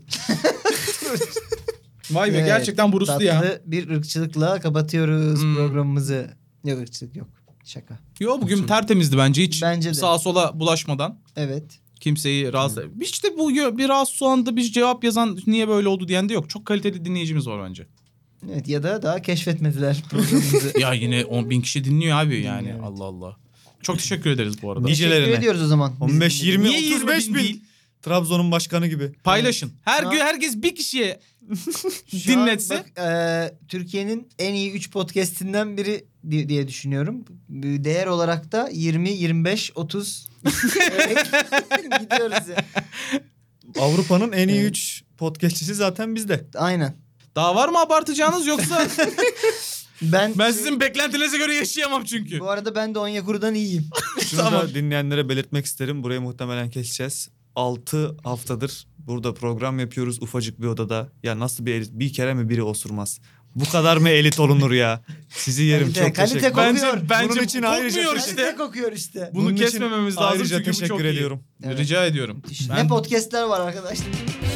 Vay be, Evet, gerçekten Bruce Lee ya. tatlı bir ırkçılıkla kapatıyoruz Hmm. programımızı. Yok ırkçılık yok. Şaka. Yo bugün tertemizdi bence hiç Bence de. sağa sola bulaşmadan. Evet. Kimseyi rahatsız... Hiç de bu bir rahatsız o anda bir cevap yazan niye böyle oldu diyen de yok. Çok kaliteli dinleyicimiz var bence. Evet ya da daha keşfetmediler programımızı. Ya yine 10.000 kişi dinliyor abi yani. Evet. Allah Allah. Çok teşekkür ederiz bu arada. Nicelerine. Teşekkür ediyoruz o zaman. 15, 20, Niye 35 20.000 bin. değil? Trabzon'un başkanı gibi. Paylaşın. Her Şu gün an- herkes bir kişiye Şu an dinletse. bak, Türkiye'nin en iyi 3 podcastinden biri diye düşünüyorum. Değer olarak da 20, 25, 30 gidiyoruz ya. Avrupa'nın en iyi Evet. 3 podcastçisi zaten bizde. Aynen. Daha var mı abartacağınız yoksa Ben sizin beklentinize göre yaşayamam çünkü. Bu arada ben de Onyekuru'dan iyiyim. Şunu Tamam. da dinleyenlere belirtmek isterim. Burayı muhtemelen keseceğiz. 6 haftadır burada program yapıyoruz ufacık bir odada. Ya nasıl bir elit? Bir kere mi biri osurmaz? Bu kadar mı elit olunur ya? Sizi yerim. Kalite, Çok kalite teşekkür kokuyor. Bence Bunun için kokmuyor ayrıca işte. Kalite kokuyor işte. Bunu Bunun için kesmememiz lazım ayrıca çünkü bu çok teşekkür iyi. ediyorum. Evet. Rica ediyorum. Ne podcastler var arkadaşlar.